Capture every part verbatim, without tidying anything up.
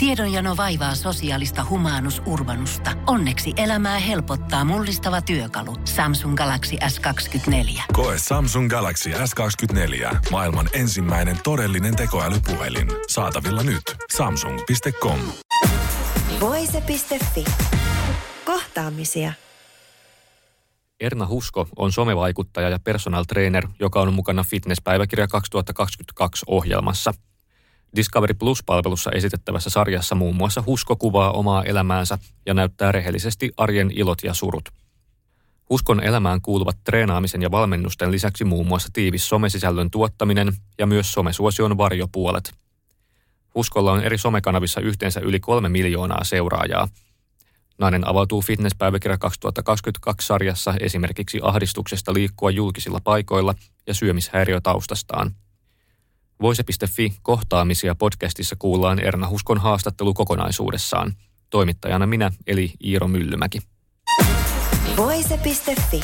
Tiedonjano vaivaa sosiaalista humanus urbanusta. Onneksi elämää helpottaa mullistava työkalu. Samsung Galaxy S kaksikymmentäneljä. Koe Samsung Galaxy S kaksikymmentäneljä. Maailman ensimmäinen todellinen tekoälypuhelin. Saatavilla nyt. Samsung piste com. Voise piste fi. Kohtaamisia. Erna Husko on somevaikuttaja ja personal trainer, joka on mukana Fitnesspäiväkirja kaksituhattakaksikymmentäkaksi ohjelmassa. Discovery Plus-palvelussa esitettävässä sarjassa muun muassa Husko kuvaa omaa elämäänsä ja näyttää rehellisesti arjen ilot ja surut. Huskon elämään kuuluvat treenaamisen ja valmennusten lisäksi muun muassa tiivis somesisällön tuottaminen ja myös somesuosion varjopuolet. Huskolla on eri somekanavissa yhteensä yli kolme miljoonaa seuraajaa. Nainen avautuu Fitnesspäiväkirja kaksituhattakaksikymmentäkaksi sarjassa esimerkiksi ahdistuksesta liikkua julkisilla paikoilla ja syömishäiriötaustastaan. Voise piste fi kohtaamisia podcastissa kuullaan Erna Huskon haastattelu kokonaisuudessaan. Toimittajana minä, eli Iiro Myllymäki. Voise piste fi.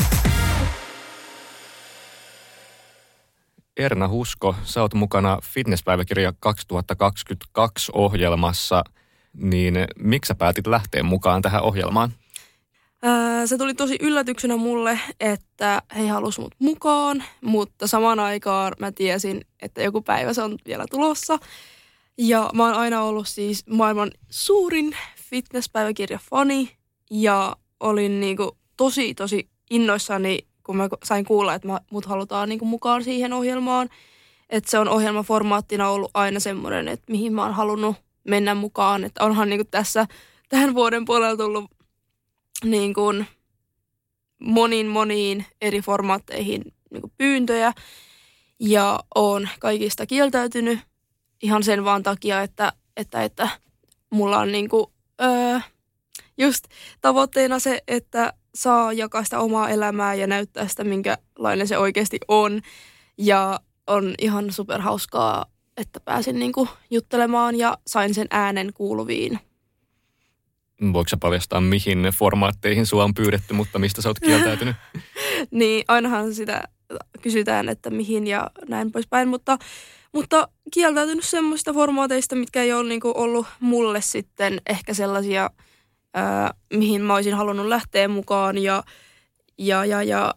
Erna Husko, sä oot mukana Fitnesspäiväkirja kaksituhattakaksikymmentäkaksi ohjelmassa, niin miksi sä päätit lähteä mukaan tähän ohjelmaan? Ää, se tuli tosi yllätyksenä mulle, että he halusivat mut mukaan, mutta samaan aikaan mä tiesin, että joku päivä se on vielä tulossa. Ja mä oon aina ollut siis maailman suurin fitnesspäiväkirja-fani ja olin niinku tosi tosi innoissani, kun mä sain kuulla, että mä, mut halutaan niinku mukaan siihen ohjelmaan. Että se on ohjelmaformaattina ollut aina semmoinen, että mihin mä oon halunnut mennä mukaan. Että onhan niinku tässä tähän vuoden puolella tullut niin kuin moniin moniin eri formaatteihin niin kuin pyyntöjä ja olen kaikista kieltäytynyt ihan sen vaan takia, että, että, että mulla on niin kuin, öö, just tavoitteena se, että saa jakaa sitä omaa elämää ja näyttää sitä, minkälainen se oikeasti on. Ja on ihan superhauskaa, että pääsin niin kuin juttelemaan ja sain sen äänen kuuluviin. Voiko sä paljastaa, mihin formaatteihin sua on pyydetty, mutta mistä sä oot kieltäytynyt? Niin, ainahan sitä kysytään, että mihin ja näin poispäin, mutta, mutta kieltäytynyt semmoista formaateista, mitkä ei ole niinku ollut mulle sitten ehkä sellaisia, ää, mihin mä olisin halunnut lähteä mukaan ja, ja, ja, ja,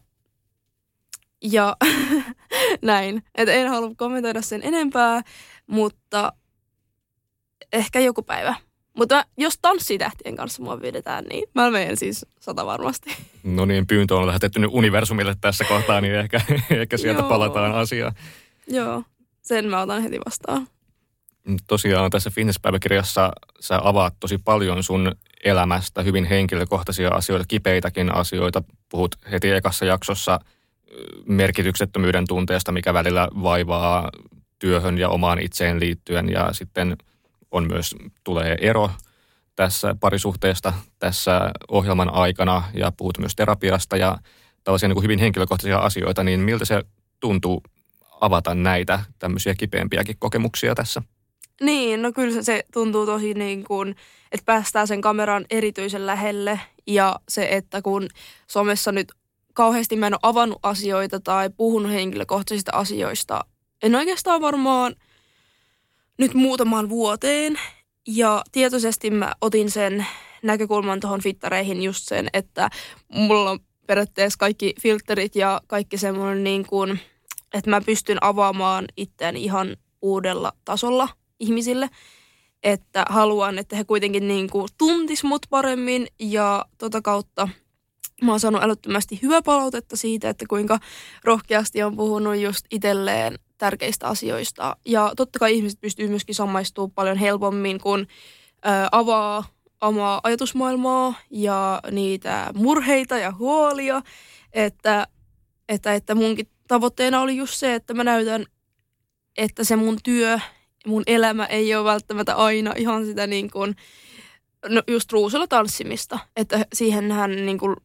ja näin. Että en halua kommentoida sen enempää, mutta ehkä joku päivä. Mutta jos tanssitähtien kanssa mua vedetään, niin mä menen siis sata varmasti. No niin, pyyntö on lähetetty nyt universumille tässä kohtaa, niin ehkä, ehkä sieltä palataan asiaan. Joo, sen mä otan heti vastaan. Tosiaan tässä Fitnesspäiväkirjassa sä avaat tosi paljon sun elämästä, hyvin henkilökohtaisia asioita, kipeitäkin asioita. Puhut heti ekassa jaksossa merkityksettömyyden tunteesta, mikä välillä vaivaa työhön ja omaan itseen liittyen ja sitten on myös, tulee ero tässä parisuhteesta tässä ohjelman aikana ja puhut myös terapiasta ja tällaisia niin kuin hyvin henkilökohtaisia asioita, niin miltä se tuntuu avata näitä tämmöisiä kipeämpiäkin kokemuksia tässä? Niin, no kyllä se tuntuu tosi niin kuin, että päästään sen kameran erityisen lähelle ja se, että kun somessa nyt kauheasti mä en ole avannut asioita tai puhunut henkilökohtaisista asioista, en oikeastaan varmaan nyt muutamaan vuoteen ja tietoisesti mä otin sen näkökulman tuohon fittareihin just sen, että mulla on periaatteessa kaikki filterit ja kaikki semmoinen niin kuin, että mä pystyn avaamaan itseäni ihan uudella tasolla ihmisille, että haluan, että he kuitenkin niin kuin tuntis mut paremmin ja tota kautta mä oon saanut älyttömästi hyvää palautetta siitä, että kuinka rohkeasti on puhunut just itselleen tärkeistä asioista. Ja totta kai ihmiset pystyy myöskin samaistumaan paljon helpommin, kun ää, avaa omaa ajatusmaailmaa ja niitä murheita ja huolia. Että, että, että munkin tavoitteena oli just se, että mä näytän, että se mun työ, mun elämä ei ole välttämättä aina ihan sitä niin kuin, no just ruusulla tanssimista. Että siihenhän niin kuin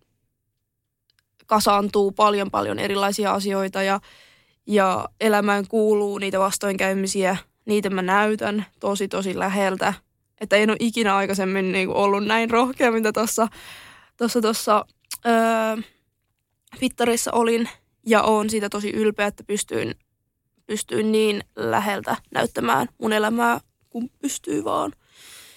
kasaantuu paljon paljon erilaisia asioita ja Ja elämään kuuluu niitä vastoinkäymisiä, niitä mä näytän tosi tosi läheltä. Että en ole ikinä aikaisemmin niin kuin ollut näin rohkea, mitä tuossa tossa, tossa, öö, fittarissa olin. Ja oon siitä tosi ylpeä, että pystyin, pystyin niin läheltä näyttämään mun elämää, kun pystyy vaan.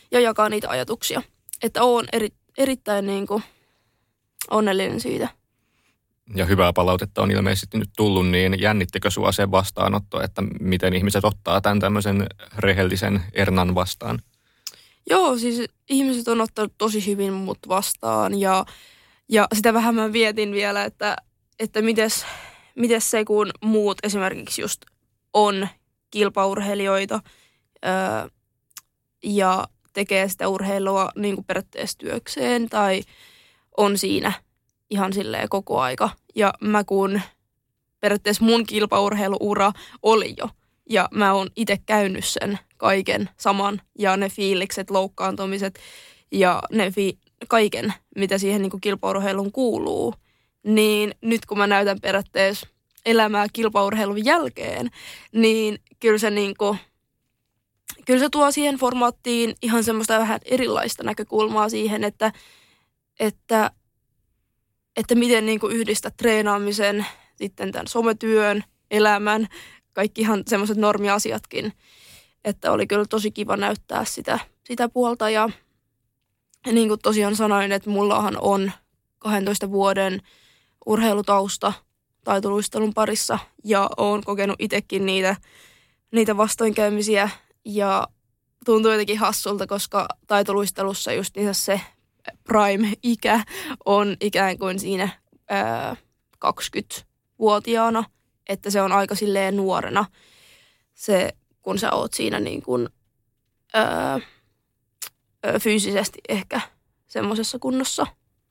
ja jakaa niitä ajatuksia. Että oon eri, erittäin niin kuin onnellinen siitä. Ja hyvää palautetta on ilmeisesti nyt tullut, niin jännittikö sua se vastaanotto, että miten ihmiset ottaa tämän tämmöisen rehellisen Ernan vastaan? Joo, siis ihmiset on ottanut tosi hyvin mut vastaan ja, ja sitä vähän mä vietin vielä, että, että mites, mites se, kun muut esimerkiksi just on kilpaurheilijoita öö, ja tekee sitä urheilua niin kuin periaatteessa työkseen tai on siinä ihan silleen koko aika. Ja mä kun periaatteessa mun kilpaurheiluura oli jo ja mä oon itse käynyt sen kaiken saman ja ne fiilikset, loukkaantumiset ja ne fi- kaiken, mitä siihen niin kuin kilpaurheiluun kuuluu, niin nyt kun mä näytän periaatteessa elämää kilpaurheilun jälkeen, niin kyllä se, niin kuin, kyllä se tuo siihen formaattiin ihan semmoista vähän erilaista näkökulmaa siihen, että, että, että miten niin kuin yhdistää treenaamisen, sitten tämän sometyön, elämän, kaikki ihan semmoiset normiasiatkin. Että oli kyllä tosi kiva näyttää sitä, sitä puolta ja niin kuin tosiaan sanoin, että mullahan on kahdentoista vuoden urheilutausta taitoluistelun parissa ja oon kokenut itsekin niitä, niitä vastoinkäymisiä ja tuntuu jotenkin hassulta, koska taitoluistelussa just se prime-ikä on ikään kuin siinä ää, kaksikymmentävuotiaana, että se on aika silleen nuorena se, kun sä oot siinä niin kuin, ää, fyysisesti ehkä semmoisessa kunnossa.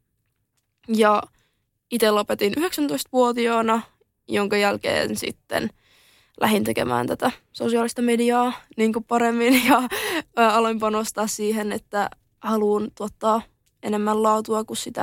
Ja itse lopetin yhdeksäntoistavuotiaana, jonka jälkeen sitten lähdin tekemään tätä sosiaalista mediaa niin kuin paremmin ja ää, aloin panostaa siihen, että haluan tuottaa enemmän laatua kuin sitä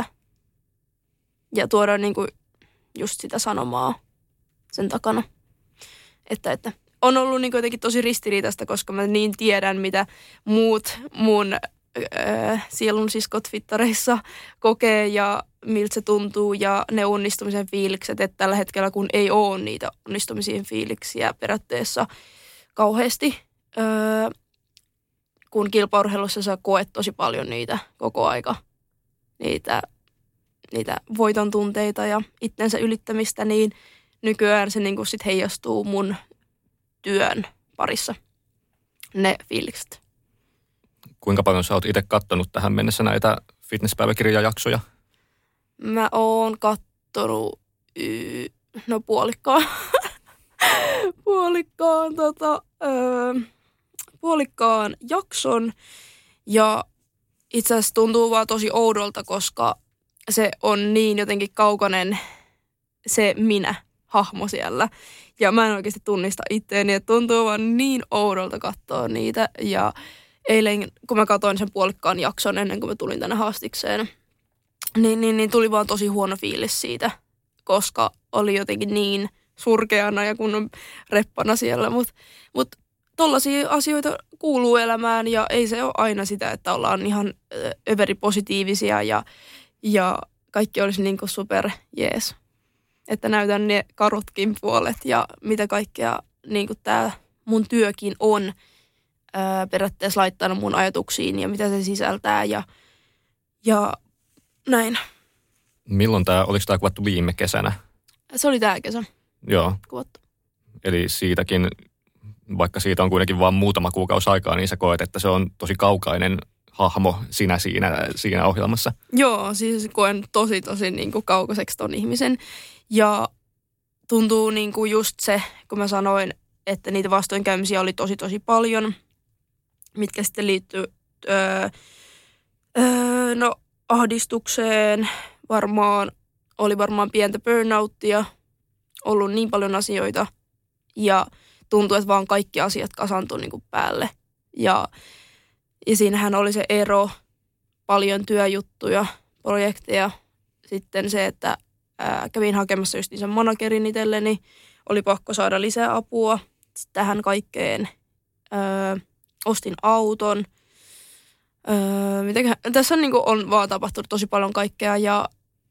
ja tuoda niin kuin just sitä sanomaa sen takana. Että, että on ollut niin kuin jotenkin tosi ristiriitaista, koska mä niin tiedän, mitä muut mun äh, sielunsiskot fittareissa kokee ja miltä se tuntuu ja ne onnistumisen fiilikset, että tällä hetkellä kun ei ole niitä onnistumisen fiiliksiä periaatteessa kauheasti, äh, kun kilpaurheilussa sä koet tosi paljon niitä koko aika, niitä, niitä voiton tunteita ja itsensä ylittämistä, niin nykyään se niin kuin sit heijastuu mun työn parissa, ne fiilikset. Kuinka paljon sä oot itse kattonut tähän mennessä näitä fitnesspäiväkirjajaksoja? Mä oon kattonut y- no puolikkaan, puolikkaan, tota, öö, puolikkaan jakson ja itse asiassa tuntuu vaan tosi oudolta, koska se on niin jotenkin kaukainen se minä hahmo siellä. Ja mä en oikeasti tunnista itteeni, että tuntuu vaan niin oudolta katsoa niitä. Ja eilen, kun mä katsoin sen puolikkaan jakson ennen kuin mä tulin tänne haastikseen, niin, niin, niin tuli vaan tosi huono fiilis siitä, koska oli jotenkin niin surkeana ja kunnon reppana siellä. Mutta mut tollaisia asioita kuuluu elämään ja ei se ole aina sitä, että ollaan ihan överipositiivisia ja, ja kaikki olisi niin kuin super jees. Että näytän ne karutkin puolet ja mitä kaikkea niin kuin tämä mun työkin on ää, periaatteessa laittanut mun ajatuksiin ja mitä se sisältää ja, ja näin. Milloin tämä, oliko tämä kuvattu viime kesänä? Se oli tämä kesä. Joo. Kuvattu. Eli siitäkin, vaikka siitä on kuitenkin vain muutama kuukausi aikaa, niin sä koet, että se on tosi kaukainen hahmo sinä siinä, siinä ohjelmassa. Joo, siis koen tosi tosi niin kuin kaukaiseksi ton ihmisen. Ja tuntuu niin kuin just se, kun mä sanoin, että niitä vastoinkäymisiä oli tosi tosi paljon, mitkä sitten liittyy öö, öö, no, ahdistukseen, varmaan, oli varmaan pientä burnouttia, ollut niin paljon asioita ja tuntuu, että vaan kaikki asiat kasaantui niin kuin päälle. Ja, ja siinähän oli se ero, paljon työjuttuja, projekteja, sitten se, että ää, kävin hakemassa just sen managerin itselleni, oli pakko saada lisää apua tähän kaikkeen. Öö, ostin auton. Öö, mitäköhän, tässä on, niin kuin, on vaan tapahtunut tosi paljon kaikkea ja,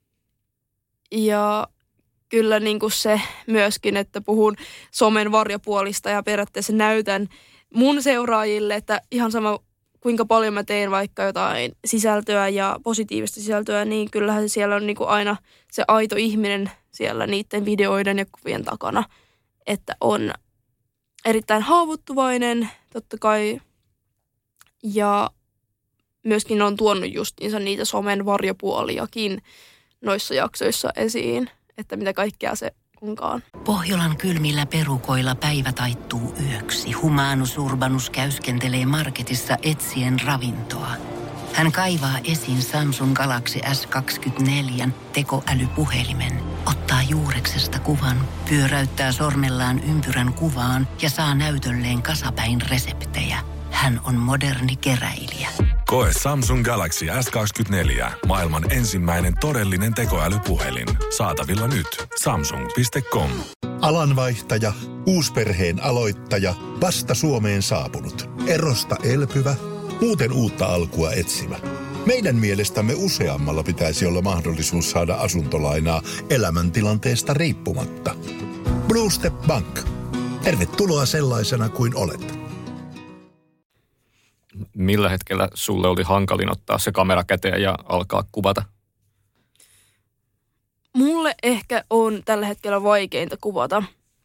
ja kyllä niin kuin se myöskin, että puhun somen varjopuolista ja periaatteessa näytän mun seuraajille, että ihan sama kuinka paljon mä teen vaikka jotain sisältöä ja positiivista sisältöä, niin kyllähän siellä on niinku aina se aito ihminen siellä niiden videoiden ja kuvien takana, että on erittäin haavoittuvainen totta kai ja myöskin on tuonut justiinsa niitä somen varjopuoliakin noissa jaksoissa esiin, että mitä kaikkea se onkaan. Pohjolan kylmillä perukoilla päivä taittuu yöksi. Humanus Urbanus käyskentelee marketissa etsien ravintoa. Hän kaivaa esiin Samsung Galaxy S kaksikymmentäneljä tekoälypuhelimen, ottaa juureksesta kuvan, pyöräyttää sormellaan ympyrän kuvaan ja saa näytölleen kasapäin reseptejä. Hän on moderni keräilijä. Koe Samsung Galaxy S kaksikymmentäneljä. Maailman ensimmäinen todellinen tekoälypuhelin. Saatavilla nyt. samsung piste com. Alanvaihtaja, uusperheen aloittaja, vasta Suomeen saapunut, erosta elpyvä, muuten uutta alkua etsimä. Meidän mielestämme useammalla pitäisi olla mahdollisuus saada asuntolainaa elämäntilanteesta riippumatta. Blue Step Bank. Tervetuloa sellaisena kuin olet. Millä hetkellä sulle oli hankalin ottaa se kamera käteen ja alkaa kuvata? Mulle ehkä on tällä hetkellä vaikeinta kuvata.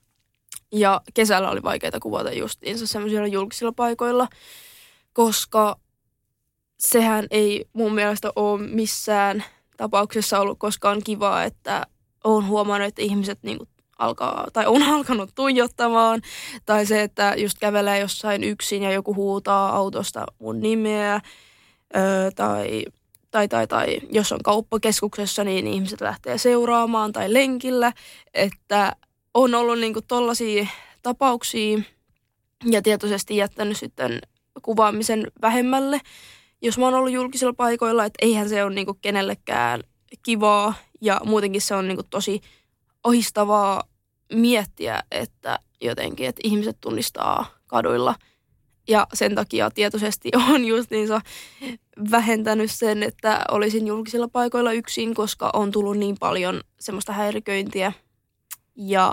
Ja kesällä oli vaikeita kuvata justiinsa semmoisilla julkisilla paikoilla, koska sehän ei mun mielestä ole missään tapauksessa ollut koskaan kivaa, että olen huomannut, että ihmiset niinku alkaa, tai on alkanut tuijottamaan, tai se, että just kävelee jossain yksin ja joku huutaa autosta mun nimeä, öö, tai, tai, tai, tai jos on kauppakeskuksessa, niin ihmiset lähtee seuraamaan tai lenkillä, että on ollut niinku tollaisia tapauksia ja tietoisesti jättänyt sitten kuvaamisen vähemmälle, jos mä oon ollut julkisilla paikoilla, että eihän se ole niinku kenellekään kivaa ja muutenkin se on niinku tosi ohistavaa miettiä, että jotenkin, että ihmiset tunnistaa kaduilla ja sen takia tietoisesti on justiinsa vähentänyt sen, että olisin julkisilla paikoilla yksin, koska on tullut niin paljon semmoista häiriköintiä ja,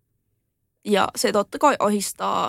ja se totta kai ohistaa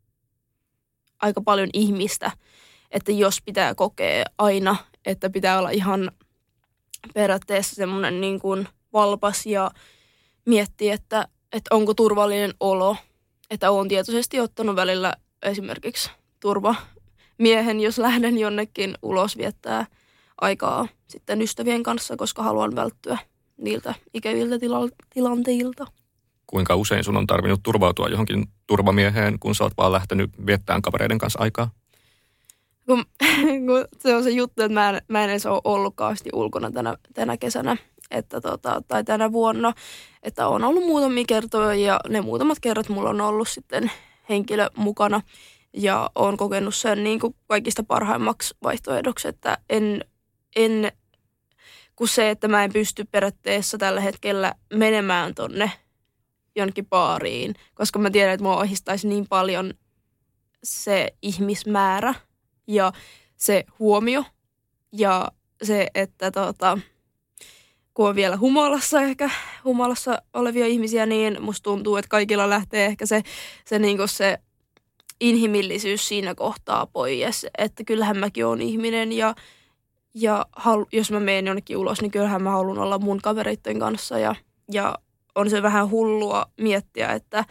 aika paljon ihmistä, että jos pitää kokea aina, että pitää olla ihan periaatteessa semmoinen niin kuin valpas ja miettiä, että, että onko turvallinen olo, että olen tietoisesti ottanut välillä esimerkiksi turvamiehen, jos lähden jonnekin ulos viettää aikaa sitten ystävien kanssa, koska haluan välttyä niiltä ikäviltä tila- tilanteilta. Kuinka usein sun on tarvinnut turvautua johonkin turvamieheen, kun sä oot vaan lähtenyt viettämään kavereiden kanssa aikaa? Kun, kun se on se juttu, että mä en, mä en edes ole ollut kauheasti ulkona tänä, tänä kesänä että tota, tai tänä vuonna, että on ollut muutamia kertoja ja ne muutamat kerrat mulla on ollut sitten henkilö mukana ja olen kokenut sen niin kuin kaikista parhaimmaksi vaihtoehdoksi, että en, en kun se, että mä en pysty periaatteessa tällä hetkellä menemään tonne jonnekin baariin, koska mä tiedän, että mua ohistaisi niin paljon se ihmismäärä ja se huomio ja se, että tota, kun on vielä humalassa ehkä, humalassa olevia ihmisiä, niin musta tuntuu, että kaikilla lähtee ehkä se, se, niin kuin se inhimillisyys siinä kohtaa pois, että kyllähän mäkin oon ihminen ja, ja halu, jos mä menen jonnekin ulos, niin kyllähän mä haluan olla mun kavereitten kanssa ja, ja on se vähän hullua miettiä, että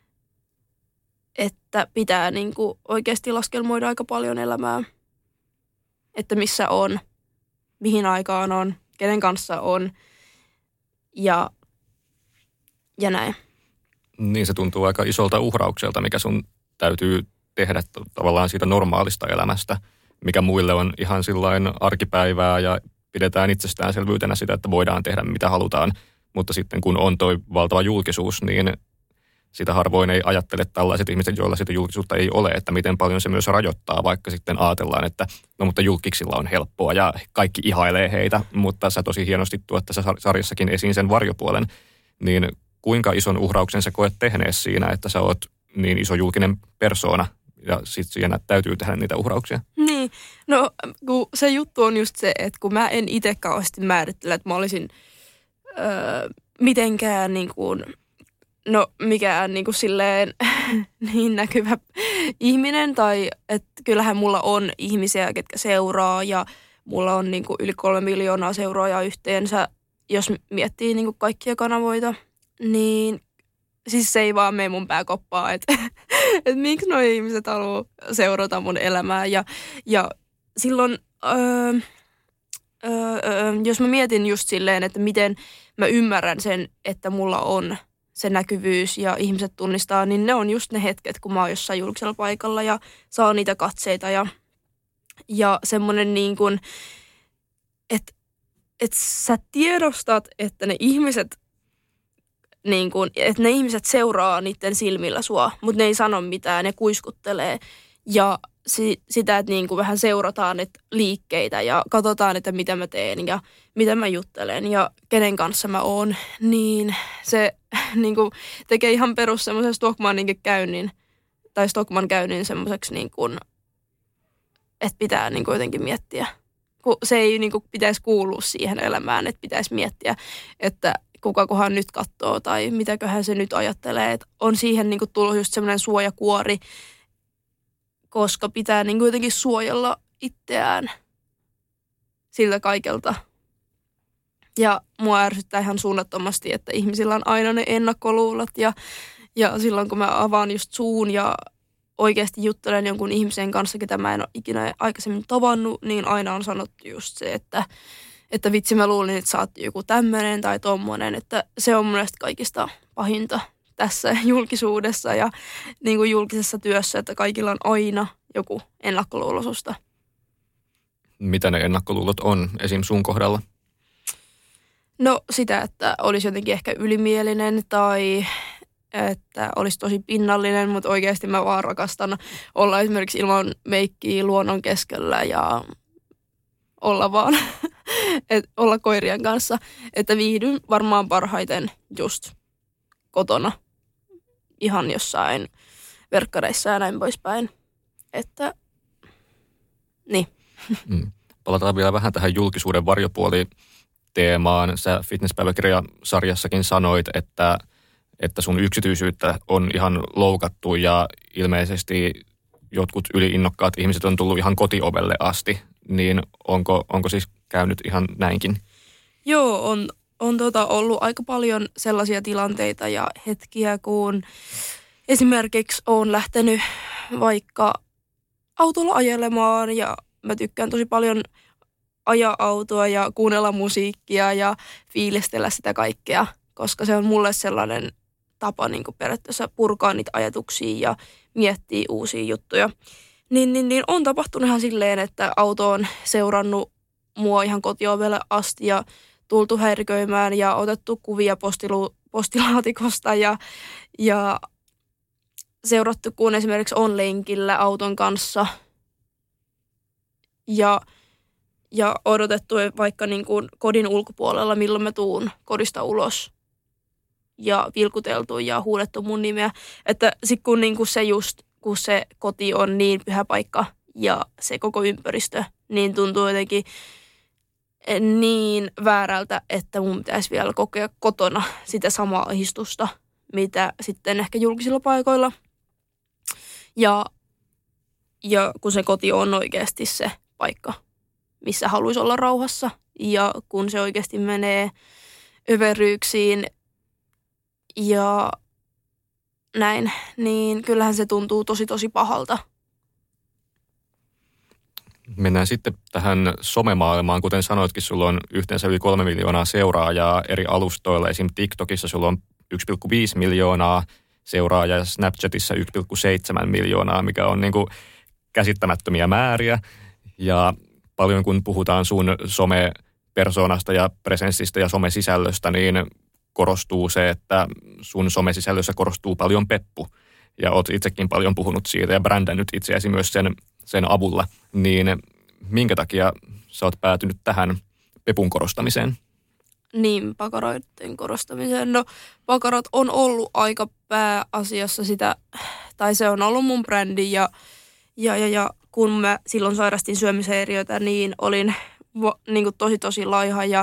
että pitää niin kuin oikeasti laskelmoida aika paljon elämää, että missä on, mihin aikaan on, kenen kanssa on ja, ja näin. Niin se tuntuu aika isolta uhraukselta, mikä sun täytyy tehdä tavallaan siitä normaalista elämästä, mikä muille on ihan sillain arkipäivää ja pidetään itsestäänselvyytenä sitä, että voidaan tehdä mitä halutaan, mutta sitten kun on toi valtava julkisuus, niin sitä harvoin ei ajattele tällaiset ihmiset, joilla sitä julkisuutta ei ole, että miten paljon se myös rajoittaa, vaikka sitten ajatellaan, että no mutta julkiksilla on helppoa ja kaikki ihailee heitä, mutta sä tosi hienosti tuot tässä sarjassakin esiin sen varjopuolen, niin kuinka ison uhrauksen sä koet tehnees siinä, että sä oot niin iso julkinen persoona ja sitten siinä täytyy tehdä niitä uhrauksia? Niin, no kun se juttu on just se, että kun mä en itse kauheasti määrittele, että mä olisin öö, mitenkään niin kuin no mikään niin kuin silleen niin näkyvä ihminen. Tai että kyllähän mulla on ihmisiä, ketkä seuraa ja mulla on niin kuin yli kolme miljoonaa seuraajaa yhteensä. Jos miettii niin kuin kaikkia kanavoita, niin siis se ei vaan mene mun pääkoppaa, että et miksi nuo ihmiset haluaa seurata mun elämää. Ja, ja silloin, öö, öö, jos mä mietin just silleen, että miten mä ymmärrän sen, että mulla on se näkyvyys ja ihmiset tunnistaa, niin ne on just ne hetket, kun mä oon jossain julkisella paikalla ja saa niitä katseita. Ja, ja semmoinen niin kuin, että et sä tiedostat, että ne ihmiset, niin kun, että ne ihmiset seuraa niiden silmillä sua, mutta ne ei sano mitään, ne kuiskuttelee. Ja si, sitä, että niin kun vähän seurataan niitä liikkeitä ja katsotaan, että mitä mä teen ja mitä mä juttelen ja kenen kanssa mä oon, niin se niin kun tekee ihan perus semmoisen Stockmanninkin käynnin, tai Stockman käynnin semmoiseksi, niin kun, että pitää niin kun jotenkin miettiä. Kun se ei niin kuin pitäisi kuulua siihen elämään, että pitäisi miettiä, että kukakohan nyt katsoo tai mitäköhän se nyt ajattelee. Että on siihen niin kuin tullut just semmoinen suojakuori, koska pitää niin kuin jotenkin suojella itseään siltä kaikelta. Ja mua ärsyttää ihan suunnattomasti, että ihmisillä on aina ne ennakkoluulot ja, ja silloin kun mä avaan just suun ja oikeasti juttelen jonkun ihmisen kanssa, ketä mä en ole ikinä aikaisemmin tavannut, niin aina on sanottu just se, että, että vitsi mä luulin, että sä oot joku tämmöinen tai tommonen, että se on mun mielestä kaikista pahinta tässä julkisuudessa ja niin kuin julkisessa työssä, että kaikilla on aina joku ennakkoluulo susta. Mitä ne ennakkoluulot on esim. Sun kohdalla? No sitä, että olisi jotenkin ehkä ylimielinen tai että olisi tosi pinnallinen, mutta oikeasti mä vaan rakastan olla esimerkiksi ilman meikkiä luonnon keskellä ja olla vaan, et olla koirien kanssa. Että viihdyn varmaan parhaiten just kotona, ihan jossain verkkareissa ja näin poispäin. Että, niin. Mm. Palataan vielä vähän tähän julkisuuden varjopuoli-teemaan. Sä Fitnesspäiväkirjasarjassakin sanoit, että että sun yksityisyyttä on ihan loukattu ja ilmeisesti jotkut yliinnokkaat ihmiset on tullut ihan kotiovelle asti, niin onko, onko siis käynyt ihan näinkin? Joo, on, on tota ollut aika paljon sellaisia tilanteita ja hetkiä, kun esimerkiksi olen lähtenyt vaikka autolla ajelemaan ja mä tykkään tosi paljon ajaa autoa ja kuunnella musiikkia ja fiilistellä sitä kaikkea, koska se on mulle sellainen tapa niin kuin periaatteessa purkaa niitä ajatuksia ja miettiä uusia juttuja. Niin, niin, niin on tapahtunut ihan silleen, että auto on seurannut mua ihan kotiovelle asti ja tultu häiriköimään ja otettu kuvia postilu, postilaatikosta ja, ja seurattu, kun esimerkiksi on lenkillä auton kanssa ja, ja odotettu vaikka niin kuin kodin ulkopuolella, milloin mä tuun kodista ulos. Ja vilkuteltu ja huudettu mun nimeä. Että sit kun niinku se just, kun se koti on niin pyhä paikka ja se koko ympäristö, niin tuntuu jotenkin niin väärältä, että mun pitäisi vielä kokea kotona sitä samaa ahdistusta, mitä sitten ehkä julkisilla paikoilla. Ja, ja kun se koti on oikeasti se paikka, missä haluaisi olla rauhassa ja kun se oikeasti menee överyyksiin, ja näin, niin kyllähän se tuntuu tosi tosi pahalta. Mennään sitten tähän somemaailmaan. Kuten sanoitkin, sulla on yhteensä yli kolme miljoonaa seuraajaa eri alustoilla. Esim. TikTokissa sulla on yksi pilkku viisi miljoonaa seuraajaa ja Snapchatissa yksi pilkku seitsemän miljoonaa, mikä on niin kuin käsittämättömiä määriä. Ja paljon kun puhutaan sun some-persoonasta ja presenssistä ja somesisällöstä, niin korostuu se, että sun somesisällössä korostuu paljon peppu. Ja oot itsekin paljon puhunut siitä ja brändännyt itseäsi myös sen, sen avulla. Niin minkä takia sä oot päätynyt tähän pepun korostamiseen? Niin, pakaroiden korostamiseen. No, pakarat on ollut aika pääasiassa sitä, tai se on ollut mun brändi. Ja, ja, ja, ja kun mä silloin sairastin syömishäiriötä, niin olin vo, niin kuin tosi tosi laiha ja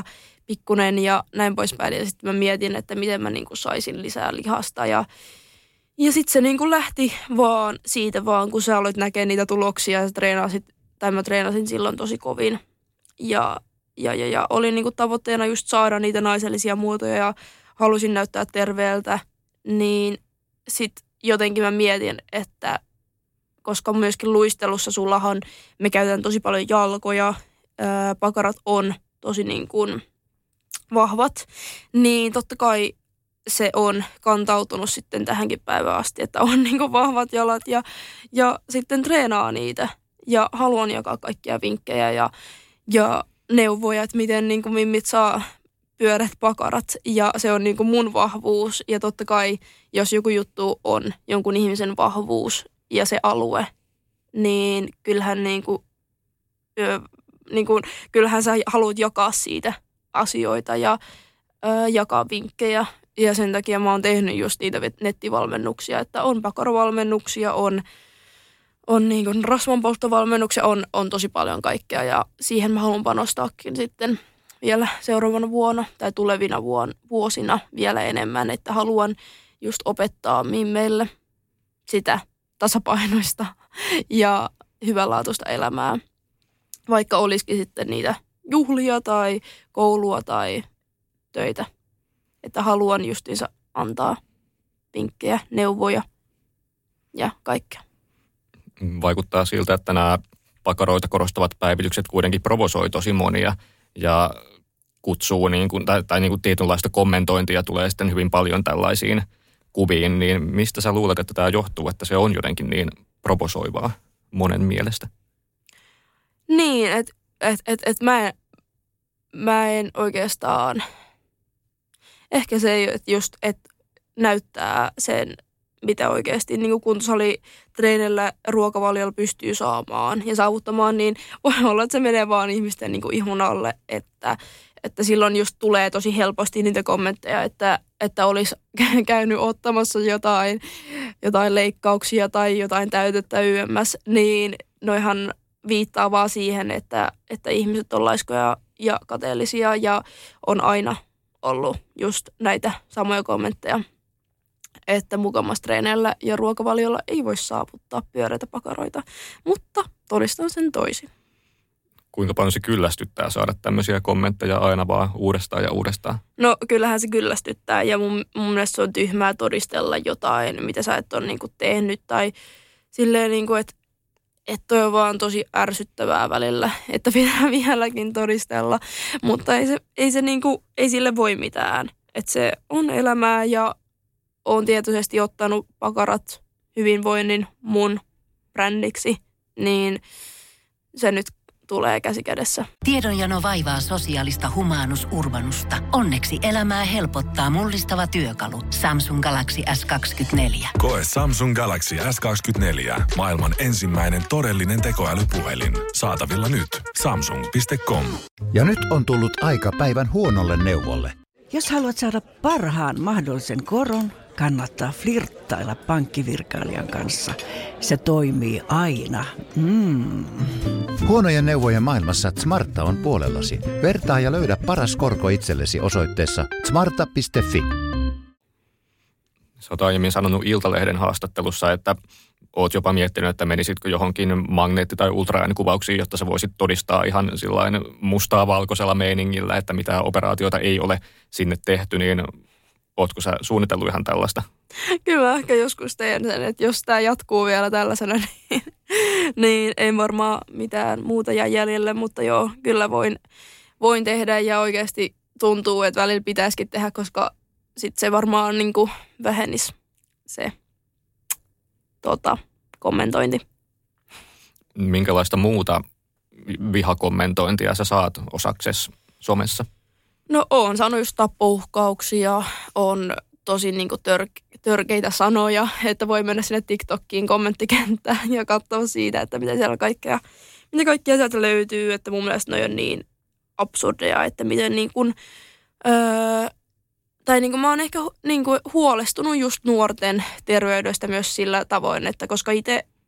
pikkunen ja näin poispäin. Ja sitten mä mietin, että miten mä niinku saisin lisää lihasta. Ja, ja sitten se niinku lähti vaan siitä vaan, kun sä aloit näkemään niitä tuloksia ja treenasit, tai mä treenasin silloin tosi kovin. Ja, ja, ja, ja oli niinku tavoitteena just saada niitä naisellisia muotoja ja halusin näyttää terveeltä. Niin sitten jotenkin mä mietin, että koska myöskin luistelussa sullahan me käytetään tosi paljon jalkoja, ää, pakarat on tosi niin kuin vahvat, niin totta kai se on kantautunut sitten tähänkin päivään asti, että on niin kuin vahvat jalat ja, ja sitten treenaa niitä ja haluan jakaa kaikkia vinkkejä ja, ja neuvoja, että miten niin kuin mimmit saa pyörät pakarat ja se on niin kuin mun vahvuus ja totta kai jos joku juttu on jonkun ihmisen vahvuus ja se alue, niin kyllähän, niin kuin, ö, niin kuin, kyllähän sä haluat jakaa siitä asioita ja ö, jakaa vinkkejä. Ja sen takia mä oon tehnyt just niitä nettivalmennuksia, että on pakaravalmennuksia, on, on niin kuin rasvanpolttovalmennuksia, on, on tosi paljon kaikkea. Ja siihen mä haluan panostaakin sitten vielä seuraavana vuonna tai tulevina vuosina vielä enemmän, että haluan just opettaa mimmeille sitä tasapainoista ja hyvänlaatuista elämää, vaikka olisikin sitten niitä juhlia tai koulua tai töitä. Että haluan justiinsa antaa vinkkejä, neuvoja ja kaikkea. Vaikuttaa siltä, että nämä pakaroita korostavat päivitykset kuitenkin provosoi tosi monia ja kutsuu niin kuin, tai, tai niin kuin tietynlaista kommentointia tulee sitten hyvin paljon tällaisiin kuviin, niin mistä sä luulet, että tämä johtuu, että se on jotenkin niin provosoivaa monen mielestä? Niin, että et, et, et mä, mä en oikeastaan, ehkä se ei, että just, että näyttää sen, mitä oikeasti niin kuntosalitreenillä ruokavaliolla pystyy saamaan ja saavuttamaan, niin voi olla, että se menee vaan ihmisten niin kuin ihon alle, että että silloin just tulee tosi helposti niitä kommentteja, että, että olisi käynyt ottamassa jotain, jotain leikkauksia tai jotain täytettä yömmäs, niin noihan viittaa vaan siihen, että, että ihmiset on laiskoja ja kateellisia ja on aina ollut just näitä samoja kommentteja, että mukamas treeneillä ja ruokavaliolla ei voi saavuttaa pyöreitä pakaroita, mutta todistan sen toisin. Kuinka paljon se kyllästyttää saada tämmöisiä kommentteja aina vaan uudestaan ja uudestaan? No kyllähän se kyllästyttää ja mun, mun mielestä se on tyhmää todistella jotain, mitä sä et ole niinku tehnyt. Tai silleen, niinku, että et toi on vaan tosi ärsyttävää välillä, että pitää vieläkin todistella. Mutta ei, se, ei, se niinku, ei sille voi mitään. Että se on elämää ja oon tietoisesti ottanut pakarat hyvinvoinnin mun brändiksi, niin se nyt tulee käsi kädessä. Tiedonjano vaivaa sosiaalista humanus urbanusta. Onneksi elämää helpottaa mullistava työkalu. Samsung Galaxy S kaksikymmentäneljä. Koe Samsung Galaxy S kaksikymmentäneljä. Maailman ensimmäinen todellinen tekoälypuhelin. Saatavilla nyt. samsung piste com. Ja nyt on tullut aika päivän huonolle neuvolle. Jos haluat saada parhaan mahdollisen koron, kannattaa flirttailla pankkivirkailijan kanssa. Se toimii aina. Mm. Huonojen neuvojen maailmassa Smarta on puolellasi. Vertaa ja löydä paras korko itsellesi osoitteessa smarta piste fi. Sä oot aiemmin sanonut Iltalehden haastattelussa, että oot jopa miettinyt, että menisitkö johonkin magneetti- tai ultraäänikuvauksiin, jotta sä voisit todistaa ihan sillain mustaa valkoisella meiningillä, että mitään operaatiota ei ole sinne tehty, niin ootko sä suunnitellut ihan tällaista? Kyllä ehkä joskus teen sen, että jos tämä jatkuu vielä tällaisena, niin, niin ei varmaan mitään muuta jää jäljelle, mutta joo, kyllä voin, voin tehdä ja oikeasti tuntuu, että välillä pitäisikin tehdä, koska sitten se varmaan niin kuin vähenisi se tota, kommentointi. Minkälaista muuta vihakommentointia sä saat osaksesi somessa? No oon saanut just tappouhkauksia, on tosi niin kuin tör- törkeitä sanoja, että voi mennä sinne TikTokiin kommenttikenttään ja katsoa siitä, että mitä siellä kaikkea, mitä kaikkea sieltä löytyy, että mun mielestä ne on niin absurdeja, että miten niin kuin, öö, tai niin kuin mä oon ehkä niin kuin huolestunut just nuorten terveydestä myös sillä tavoin, että koska itse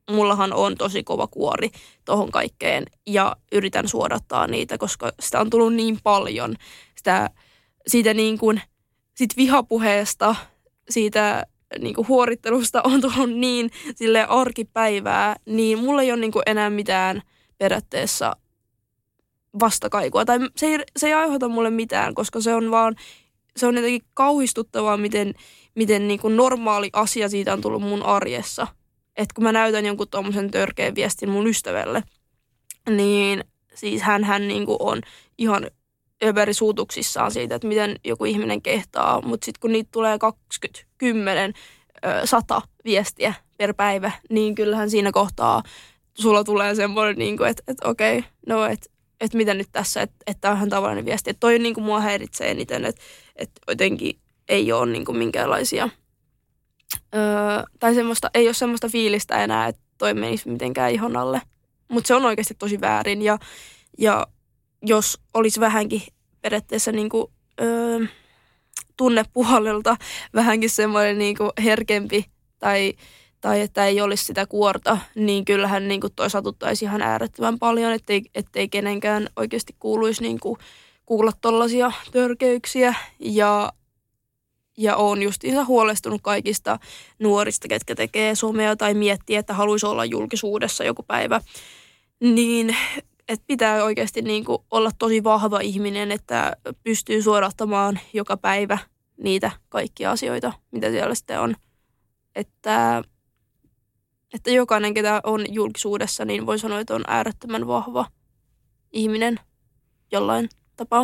mullahan on tosi kova kuori tohon kaikkeen ja yritän suodattaa niitä, koska sitä on tullut niin paljon. Sitä, siitä niin kuin, siitä vihapuheesta, siitä niin kuin huorittelusta on tullut niin sille arkipäivää, niin mulla ei ole niin kuin enää mitään periaatteessa vastakaikua. Tai se ei, se ei aiheuta mulle mitään, koska se on vaan, se on jotenkin kauhistuttavaa, miten, miten niin kuin normaali asia siitä on tullut mun arjessa. Että kun mä näytän jonkun tommosen törkeän viestin mun ystävälle, niin siis hänhän niin kuin on ihan överisuutuksissaan siitä, että miten joku ihminen kehtaa. Mutta sitten kun niitä tulee kaksikymmentä, kymmenen, sata viestiä per päivä, niin kyllähän siinä kohtaa sulla tulee semmoinen, niin kuin, että, että okei, no että että mitä nyt tässä, että, että tämä on ihan tavallinen viesti. Että toi niin kuin mua häiritsee eniten, että, että jotenkin ei ole niin kuin minkäänlaisia, öö, tai semmoista, ei ole semmoista fiilistä enää, että toi menisi mitenkään ihon alle. Mutta se on oikeasti tosi väärin ja, ja jos olisi vähänkin periaatteessa niin kuin, öö, tunnepuolelta vähänkin semmoinen niin kuin herkempi tai tai että ei olisi sitä kuorta, niin kyllähän niin kuin toi satuttaisi ihan äärettömän paljon, ettei, ettei kenenkään oikeasti kuuluisi niin kuin kuulla tollaisia törkeyksiä. Ja, ja on justiinsa huolestunut kaikista nuorista, ketkä tekee somea tai miettii, että haluaisi olla julkisuudessa joku päivä. Niin että pitää oikeasti niin kuin olla tosi vahva ihminen, että pystyy suodattamaan joka päivä niitä kaikkia asioita, mitä siellä sitten on. Että... Että jokainen, ketä on julkisuudessa, niin voi sanoa, että on äärettömän vahva ihminen jollain tapaa.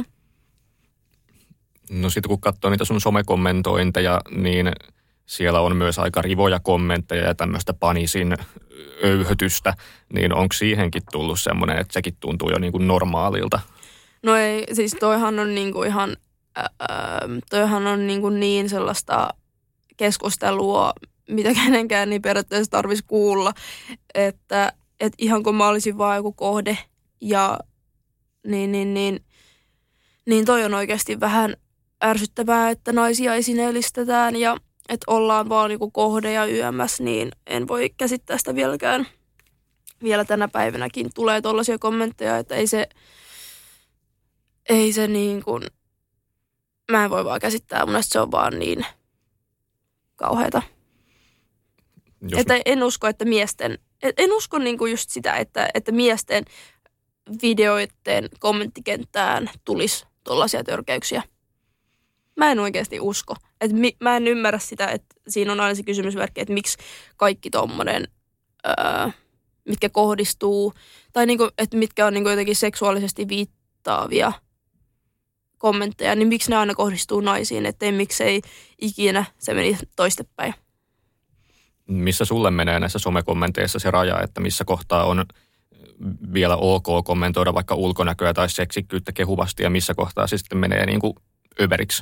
No sitten kun katsoo niitä sun somekommentointeja, niin siellä on myös aika rivoja kommentteja ja tämmöistä panisin öyhötystä. Niin onko siihenkin tullut semmoinen, että sekin tuntuu jo niin kuin normaalilta? No ei, siis toihan on niin kuin ihan, äh, toihan on niin kuin niin sellaista keskustelua, mitä kenenkään niin periaatteessa tarvitsisi kuulla, että, että ihan kun mä olisin vaan joku kohde ja niin, niin, niin, niin toi on oikeasti vähän ärsyttävää, että naisia esineellistetään ja että ollaan vaan joku kohde ja yömässä, niin en voi käsittää sitä vieläkään. Vielä tänä päivänäkin tulee tollaisia kommentteja, että ei se, ei se niin kuin, mä en voi vaan käsittää, mun mielestä se on vaan niin kauheata. Jos... Että en usko, että miesten, en usko niinku just sitä, että, että miesten videoiden kommenttikenttään tulisi tollaisia törkeyksiä. Mä en oikeasti usko. Et mi, mä en ymmärrä sitä, että siinä on aina se kysymysmerkki, että miksi kaikki tommonen, öö, mitkä kohdistuu, tai niinku, että mitkä on niinku jotenkin seksuaalisesti viittaavia kommentteja, niin miksi ne aina kohdistuu naisiin, ettei miksei ikinä se meni toistepäin. Missä sulle menee näissä somekommenteissa se raja, että missä kohtaa on vielä ok kommentoida vaikka ulkonäköä tai seksikkyyttä kehuvasti ja missä kohtaa se sitten menee niin kuin överiksi?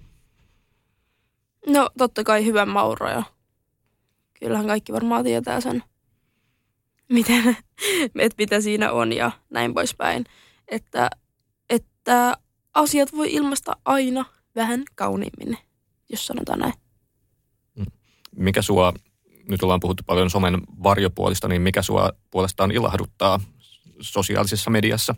No totta kai hyvän mauroja. Kyllähän kaikki varmaan tietää sen, miten, että mitä siinä on ja näin poispäin. Että, että asiat voi ilmaista aina vähän kauniimmin, jos sanotaan näin. Mikä sua, nyt ollaan puhuttu paljon somen varjopuolista, niin mikä sua puolestaan ilahduttaa sosiaalisessa mediassa?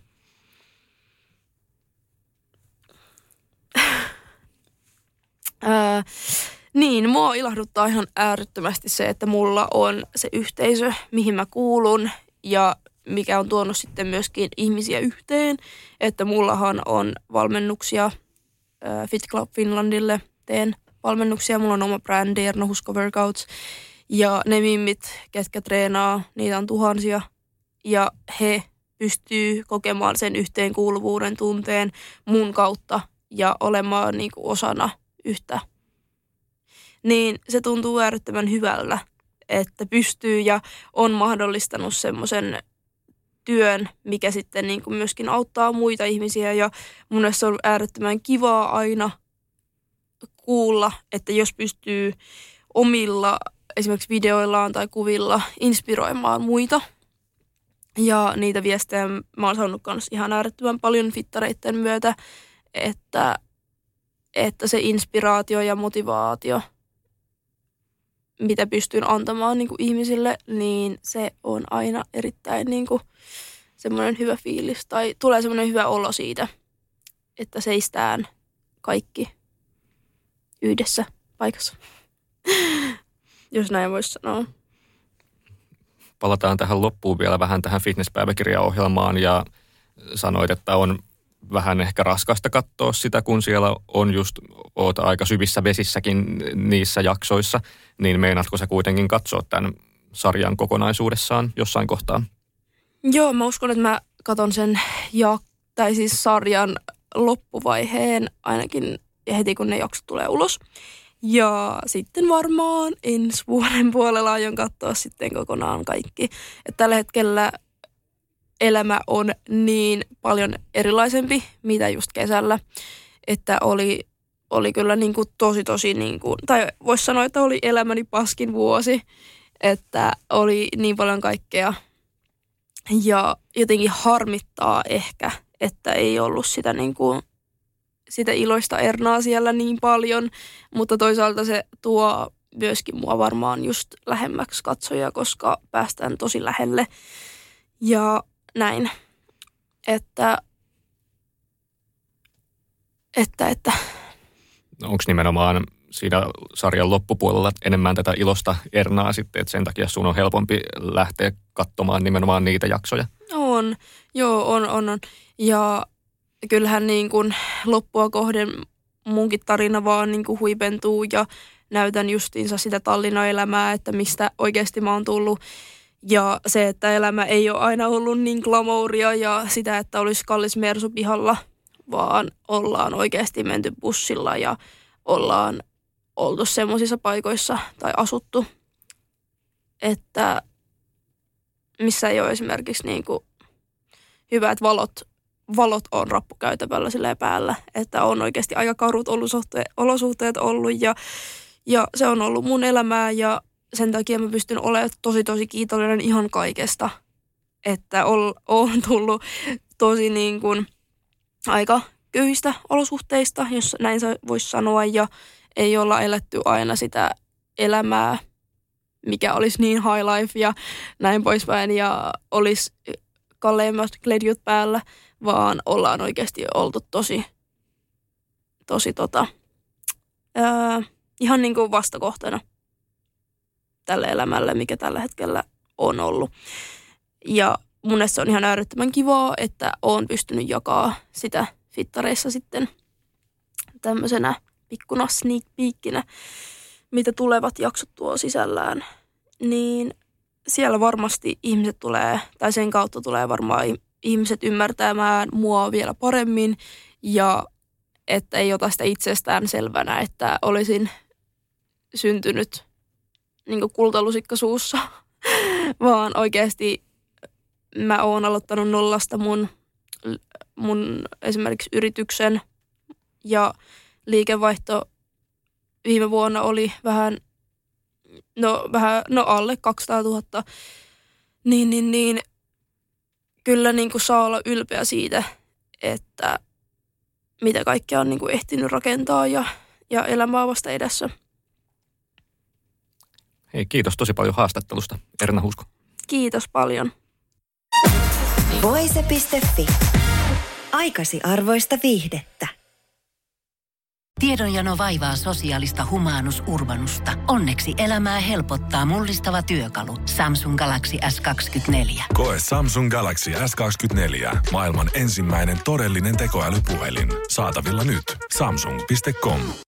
Ää, niin, mua ilahduttaa ihan äärettömästi se, että mulla on se yhteisö, mihin mä kuulun ja mikä on tuonut sitten myöskin ihmisiä yhteen. Että mullahan on valmennuksia ää, Fit Club Finlandille, teen valmennuksia. Mulla on oma brändi, Erno Husko Workouts. Ja ne mimmit, ketkä treenaa, niitä on tuhansia. Ja he pystyy kokemaan sen yhteenkuuluvuuden tunteen mun kautta ja olemaan niinku osana yhtä. Niin se tuntuu äärettömän hyvältä, että pystyy ja on mahdollistanut semmoisen työn, mikä sitten niinku myöskin auttaa muita ihmisiä. Ja mun mielestä on äärettömän kivaa aina kuulla, että jos pystyy omilla esimerkiksi videoillaan tai kuvilla inspiroimaan muita. Ja niitä viestejä mä oon saanut myös ihan äärettömän paljon fittareitten myötä, että, että se inspiraatio ja motivaatio, mitä pystyn antamaan niin kuin ihmisille, niin se on aina erittäin niin kuin semmoinen hyvä fiilis. Tai tulee semmoinen hyvä olo siitä, että seistään kaikki yhdessä paikassa, jos näin voisi sanoa. Palataan tähän loppuun vielä vähän tähän fitnesspäiväkirjaohjelmaan ja sanoit, että on vähän ehkä raskasta katsoa sitä, kun siellä on just, oot aika syvissä vesissäkin niissä jaksoissa, niin meinaatko sä kuitenkin katsoa tämän sarjan kokonaisuudessaan jossain kohtaa? Joo, mä uskon, että mä katon sen ja, tai siis sarjan loppuvaiheen ainakin heti, kun ne jaksot tulee ulos. Ja sitten varmaan ensi vuoden puolella aion katsoa sitten kokonaan kaikki. Et tällä hetkellä elämä on niin paljon erilaisempi, mitä just kesällä, että oli, oli kyllä niin kuin tosi tosi, niin kuin, tai voisi sanoa, että oli elämäni paskin vuosi, että oli niin paljon kaikkea. Ja jotenkin harmittaa ehkä, että ei ollut sitä, niin kuin, sitä iloista Ernaa siellä niin paljon, mutta toisaalta se tuo myöskin mua varmaan just lähemmäksi katsojia, koska päästään tosi lähelle. Ja näin, että, että, että. Onko nimenomaan siinä sarjan loppupuolella enemmän tätä ilosta Ernaa sitten, että sen takia sun on helpompi lähteä katsomaan nimenomaan niitä jaksoja? On, joo, on, on, on. Ja kyllähän niin kuin loppua kohden munkin tarina vaan niin kuin huipentuu ja näytän justiinsa sitä Tallinna-elämää, että mistä oikeasti mä oon tullut. Ja se, että elämä ei ole aina ollut niin glamouria ja sitä, että olisi kallis mersu pihalla, vaan ollaan oikeasti menty bussilla ja ollaan oltu semmoisissa paikoissa tai asuttu, että missä ei ole esimerkiksi niin kuin hyvät valot, valot on rappukäytävällä silleen päällä, että on oikeasti aika karut olosuhteet ollut ja, ja se on ollut mun elämää ja sen takia mä pystyn olemaan tosi tosi kiitollinen ihan kaikesta, että on tullut tosi niin kuin aika köyhistä olosuhteista, jos näin voisi sanoa, ja ei olla eletty aina sitä elämää, mikä olisi niin high life ja näin poispäin, ja olisi kalleimmat kledjut päällä, vaan ollaan oikeasti oltu tosi, tosi tota, ää, ihan niin kuin vastakohtana tälle elämälle, mikä tällä hetkellä on ollut. Ja mun mielestä se on ihan äärettömän kivaa, että oon pystynyt jakaa sitä fittareissa sitten tämmöisenä pikkuna sneak peekinä, mitä tulevat jaksot tuo sisällään. Niin siellä varmasti ihmiset tulee, tai sen kautta tulee varmaan ihmiset ymmärtämään mua vielä paremmin ja että ei ota sitä itsestään selvänä, että olisin syntynyt niin kuin kultalusikka suussa, vaan oikeasti mä oon aloittanut nollasta mun, mun esimerkiksi yrityksen ja liikevaihto viime vuonna oli vähän, no, vähän, no alle kaksisataatuhatta, niin, niin, niin kyllä niin kuin saa olla ylpeä siitä, että mitä kaikkea on niin kuin ehtinyt rakentaa ja, ja elämää vasta edessä. Hei, kiitos tosi paljon haastattelusta, Erna Husko. Kiitos paljon. Voise piste fi. Aikasi arvoista viihdettä. Tiedonjano vaivaa sosiaalista humanus urbanusta. Onneksi elämää helpottaa mullistava työkalu. Samsung Galaxy S kaksikymmentäneljä. Koe Samsung Galaxy S kaksikymmentäneljä. Maailman ensimmäinen todellinen tekoälypuhelin. Saatavilla nyt. Samsung piste com.